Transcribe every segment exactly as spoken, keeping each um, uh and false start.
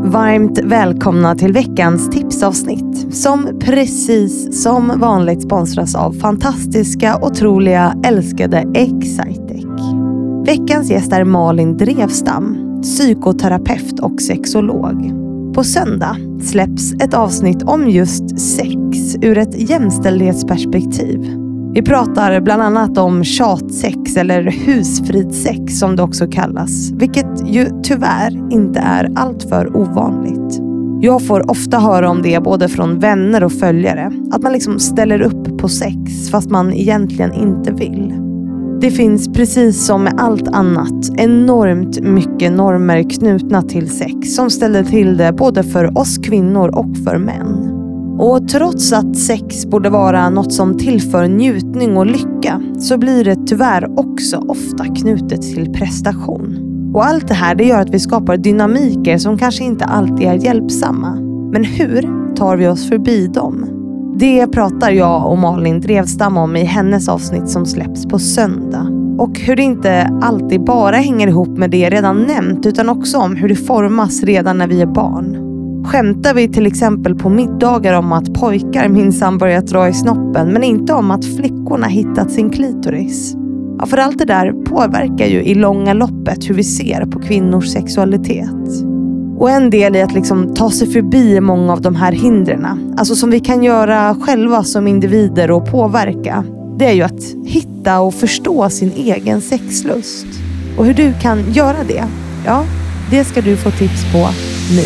Varmt välkomna till veckans tipsavsnitt som precis som vanligt sponsras av fantastiska, otroliga, älskade Excitec. Veckans gäst är Malin Drevstam, psykoterapeut och sexolog. På söndag släpps ett avsnitt om just sex ur ett jämställdhetsperspektiv. Vi pratar bland annat om tjatsex eller husfridsex som det också kallas, vilket ju tyvärr inte är allt för ovanligt. Jag får ofta höra om det både från vänner och följare, att man liksom ställer upp på sex fast man egentligen inte vill. Det finns precis som med allt annat enormt mycket normer knutna till sex som ställer till det både för oss kvinnor och för män. Och trots att sex borde vara något som tillför njutning och lycka så blir det tyvärr också ofta knutet till prestation. Och allt det här det gör att vi skapar dynamiker som kanske inte alltid är hjälpsamma. Men hur tar vi oss förbi dem? Det pratar jag och Malin Drevstam om i hennes avsnitt som släpps på söndag. Och hur det inte alltid bara hänger ihop med det redan nämnt utan också om hur det formas redan när vi är barn. Skämtar vi till exempel på middagar om att pojkar minsann börjat dra i snoppen men inte om att flickorna hittat sin klitoris? Ja, för allt det där påverkar ju i långa loppet hur vi ser på kvinnors sexualitet. Och en del i att liksom ta sig förbi många av de här hindren, alltså som vi kan göra själva som individer och påverka, det är ju att hitta och förstå sin egen sexlust. Och hur du kan göra det, ja, det ska du få tips på nu.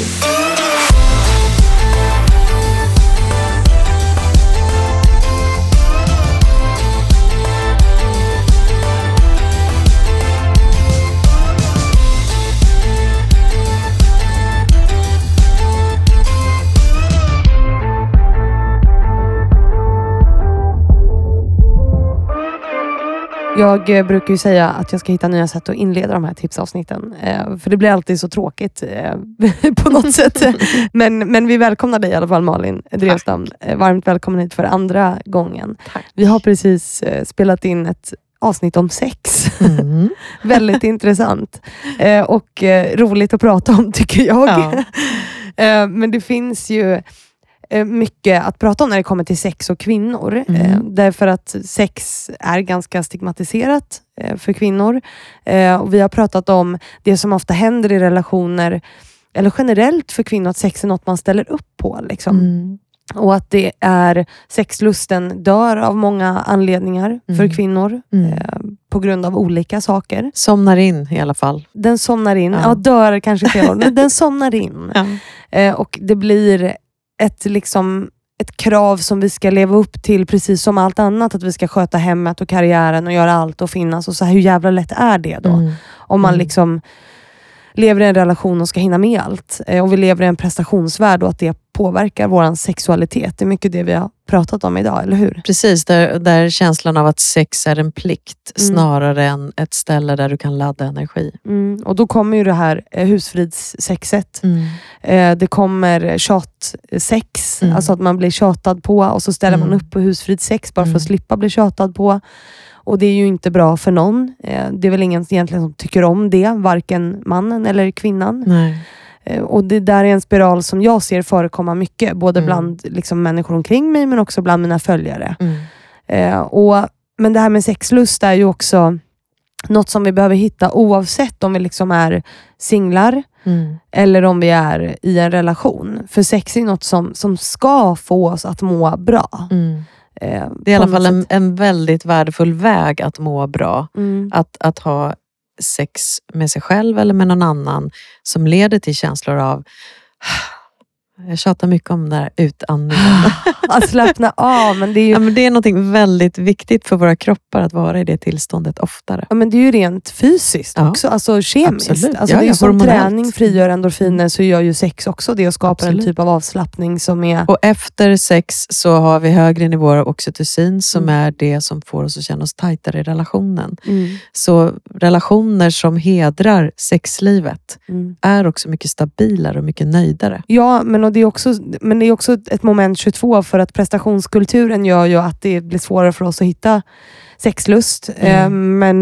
Jag brukar ju säga att jag ska hitta nya sätt att inleda de här tipsavsnitten. Eh, för det blir alltid så tråkigt eh, på något sätt. Men, men vi välkomnar dig i alla fall, Malin Drevstam. Eh, varmt välkommen hit för andra gången. Tack. Vi har precis eh, spelat in ett avsnitt om sex. Mm. Väldigt intressant. Eh, och eh, roligt att prata om tycker jag. Ja. eh, men det finns ju mycket att prata om när det kommer till sex och kvinnor. Mm. Eh, därför att sex är ganska stigmatiserat eh, för kvinnor. Eh, och vi har pratat om det som ofta händer i relationer, eller generellt för kvinnor, att sex är något man ställer upp på. Liksom. Mm. Och att det är sexlusten dör av många anledningar mm. för kvinnor. Mm. Eh, på grund av olika saker. Somnar in i alla fall. Den somnar in. Ja, ja dör kanske fel. Men den somnar in. Ja. Eh, och det blir ett, liksom, ett krav som vi ska leva upp till precis som allt annat. Att vi ska sköta hemmet och karriären och göra allt och finnas. Och så här, hur jävla lätt är det då? Mm. Om man mm. liksom lever i en relation och ska hinna med allt. Eh, och vi lever i en prestationsvärld och att det påverkar våran sexualitet. Det är mycket det vi har pratat om idag, eller hur? Precis, där, där känslan av att sex är en plikt mm. snarare än ett ställe där du kan ladda energi. Mm. Och då kommer ju det här eh, husfridssexet. Mm. Eh, det kommer tjatsex, mm. alltså att man blir tjatad på och så ställer mm. man upp på husfridssex bara mm. för att slippa bli tjatad på. Och det är ju inte bra för någon. Eh, det är väl ingen egentligen som tycker om det, varken mannen eller kvinnan. Nej. Och det där är en spiral som jag ser förekomma mycket. Både mm. bland liksom, människor omkring mig men också bland mina följare. Mm. Eh, och, men det här med sexlust är ju också något som vi behöver hitta oavsett om vi liksom är singlar mm. eller om vi är i en relation. För sex är något som, som ska få oss att må bra. Mm. Eh, det är i alla fall en, en väldigt värdefull väg att må bra. Mm. Att, att ha sex med sig själv eller med någon annan som leder till känslor av jag tjatar mycket om den där utandningen. Att slappna av. Men det är ju ja, men det är någonting väldigt viktigt för våra kroppar att vara i det tillståndet oftare. Ja, men det är ju rent fysiskt ja. också. Alltså kemiskt. Absolut. Alltså, ja, det är ja, som hormonellt. Träning frigör endorfiner så gör ju sex också det och skapar Absolut. en typ av avslappning som är... Och efter sex så har vi högre nivåer av oxytocin som mm. är det som får oss att känna oss tajtare i relationen. Mm. Så relationer som hedrar sexlivet mm. är också mycket stabilare och mycket nöjdare. Ja, men och det är också, men det är också ett moment tjugotvå för att prestationskulturen gör ju att det blir svårare för oss att hitta sexlust. Mm. Men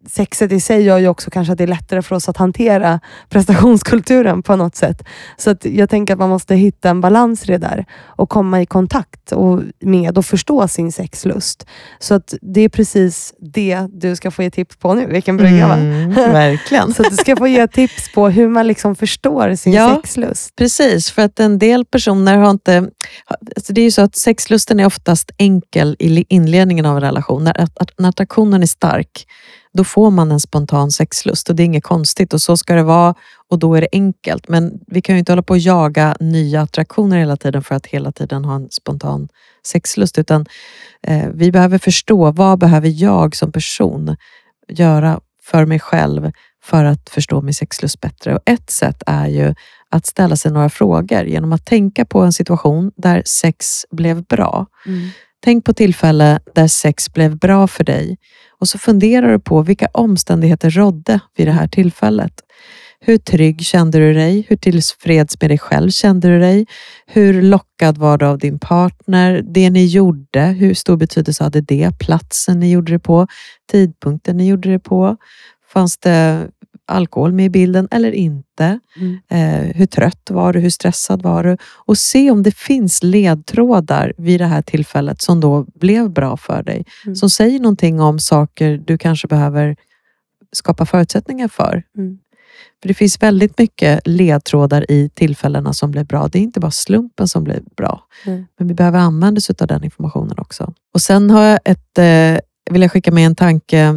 sexet i sig gör ju också kanske att det är lättare för oss att hantera prestationskulturen på något sätt. Så att jag tänker att man måste hitta en balans i det där och komma i kontakt och med och förstå sin sexlust. Så att det är precis det du ska få ge tips på nu. Vilken brygga, va? Mm, verkligen. Så att du ska få ge tips på hur man liksom förstår sin ja, sexlust. Precis, för att en del personer har inte... Alltså det är ju så att sexlusten är oftast enkel i inledningen av en relation. När, när attraktionen är stark, då får man en spontan sexlust och det är inget konstigt och så ska det vara och då är det enkelt. Men vi kan ju inte hålla på att jaga nya attraktioner hela tiden för att hela tiden ha en spontan sexlust, utan eh, vi behöver förstå vad behöver jag som person göra för mig själv för att förstå min sexlust bättre. Och ett sätt är ju att ställa sig några frågor genom att tänka på en situation där sex blev bra. Mm. Tänk på tillfälle där sex blev bra för dig och så funderar du på vilka omständigheter rådde vid det här tillfället. Hur trygg kände du dig? Hur tillfreds med dig själv kände du dig? Hur lockad var du av din partner? Det ni gjorde, hur stor betydelse hade det? Platsen ni gjorde det på? Tidpunkten ni gjorde det på? Fanns det alkohol med i bilden eller inte? Mm. Eh, hur trött var du? Hur stressad var du? Och se om det finns ledtrådar vid det här tillfället som då blev bra för dig. Mm. Som säger någonting om saker du kanske behöver skapa förutsättningar för. Mm. För det finns väldigt mycket ledtrådar i tillfällena som blir bra. Det är inte bara slumpen som blir bra. Mm. Men vi behöver använda oss av den informationen också. Och sen har jag ett, eh, vill jag skicka med en tanke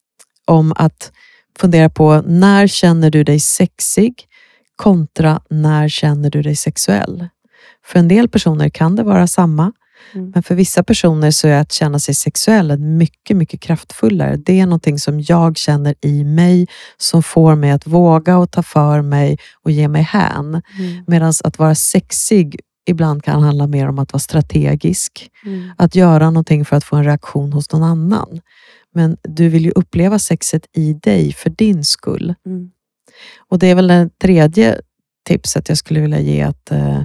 om att fundera på när känner du dig sexig kontra när känner du dig sexuell. För en del personer kan det vara samma. Mm. Men för vissa personer så är att känna sig sexuell mycket, mycket kraftfullare. Det är någonting som jag känner i mig som får mig att våga och ta för mig och ge mig hän. Mm. Medan att vara sexig ibland kan handla mer om att vara strategisk. Mm. Att göra någonting för att få en reaktion hos någon annan. Men du vill ju uppleva sexet i dig för din skull. Mm. Och det är väl det tredje tipset jag skulle vilja ge. Att, eh,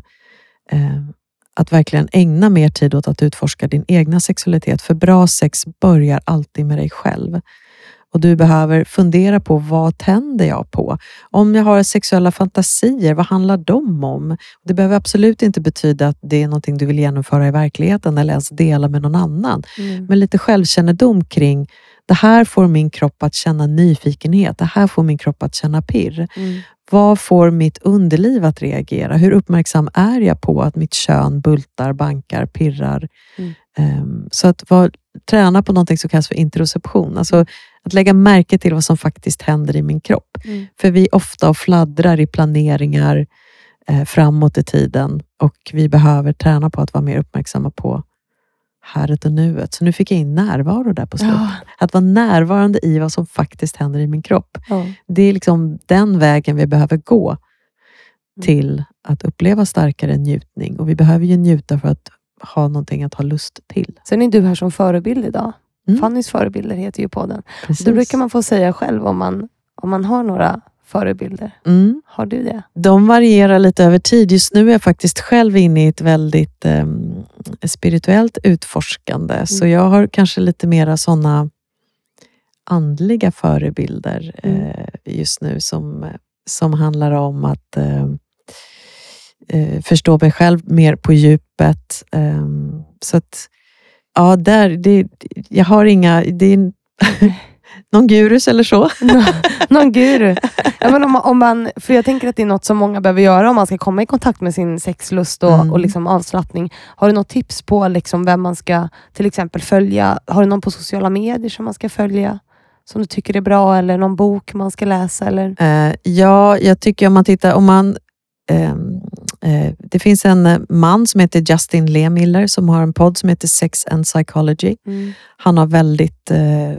eh, att verkligen ägna mer tid åt att utforska din egna sexualitet. För bra sex börjar alltid med dig själv. Och du behöver fundera på vad tänder jag på? Om jag har sexuella fantasier, vad handlar de om? Det behöver absolut inte betyda att det är någonting du vill genomföra i verkligheten eller ens dela med någon annan. Mm. Men lite självkännedom kring det här får min kropp att känna nyfikenhet. Det här får min kropp att känna pirr. Mm. Vad får mitt underliv att reagera? Hur uppmärksam är jag på att mitt kön bultar, bankar, pirrar? Mm. Um, så att var, träna på någonting som kallas för interoception. Alltså att lägga märke till vad som faktiskt händer i min kropp. Mm. För vi ofta och fladdrar i planeringar eh, framåt i tiden. Och vi behöver träna på att vara mer uppmärksamma på häret och nuet. Så nu fick jag in närvaro där på slutet. Ja. Att vara närvarande i vad som faktiskt händer i min kropp. Ja. Det är liksom den vägen vi behöver gå till att uppleva starkare njutning. Och vi behöver ju njuta för att ha någonting att ha lust till. Sen är du här som förebild idag. Mm. Fannys förebilder heter ju podden. Då brukar man få säga själv om man, om man har några förebilder. Mm. Har du det? De varierar lite över tid. Just nu är jag faktiskt själv inne i ett väldigt eh, spirituellt utforskande. Mm. Så jag har kanske lite mera sådana andliga förebilder mm. eh, just nu som, som handlar om att eh, eh, förstå mig själv mer på djupet. Eh, så att ja, där, det, jag har inga... Det är, någon gurus eller så. Nå, någon guru. Ja, men om, om man, för jag tänker att det är något som många behöver göra om man ska komma i kontakt med sin sexlust och, mm. och liksom avslappning. Har du något tips på liksom vem man ska till exempel följa? Har du någon på sociala medier som man ska följa? Som du tycker är bra? Eller någon bok man ska läsa? Eller? Uh, ja, jag tycker om man tittar... Om man, uh, uh, det finns en man som heter Justin Lehmiller som har en podd som heter Sex and Psychology. Mm. Han har väldigt... Uh,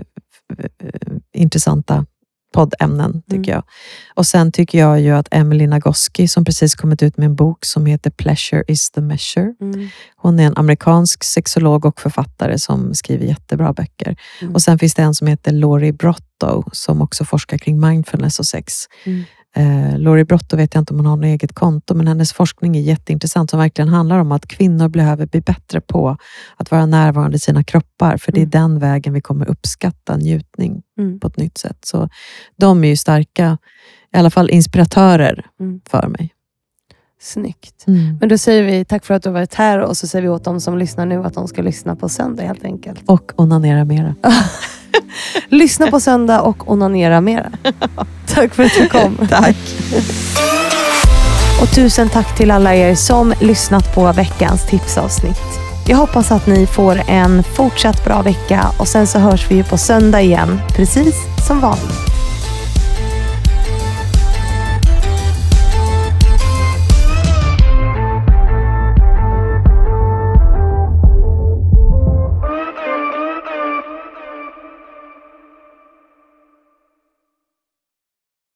intressanta poddämnen tycker mm. jag. Och sen tycker jag ju att Emily Nagoski som precis kommit ut med en bok som heter Pleasure is the measure. Mm. Hon är en amerikansk sexolog och författare som skriver jättebra böcker. Mm. Och sen finns det en som heter Lori Brotto som också forskar kring mindfulness och sex. Mm. Eh, Lori Brotto vet jag inte om hon har något eget konto, men hennes forskning är jätteintressant som verkligen handlar om att kvinnor behöver bli bättre på att vara närvarande i sina kroppar, för det är mm. den vägen vi kommer uppskatta njutning mm. på ett nytt sätt. Så de är ju starka, i alla fall inspiratörer mm. för mig. Snyggt. Mm. Men då säger vi tack för att du har varit här, och så säger vi åt dem som lyssnar nu att de ska lyssna på söndag helt enkelt. Och onanera mera. Lyssna på söndag och onanera mera. Tack för att du kom. Tack. Och tusen tack till alla er som lyssnat på veckans tipsavsnitt. Jag hoppas att ni får en fortsatt bra vecka, och sen så hörs vi ju på söndag igen, precis som vanligt.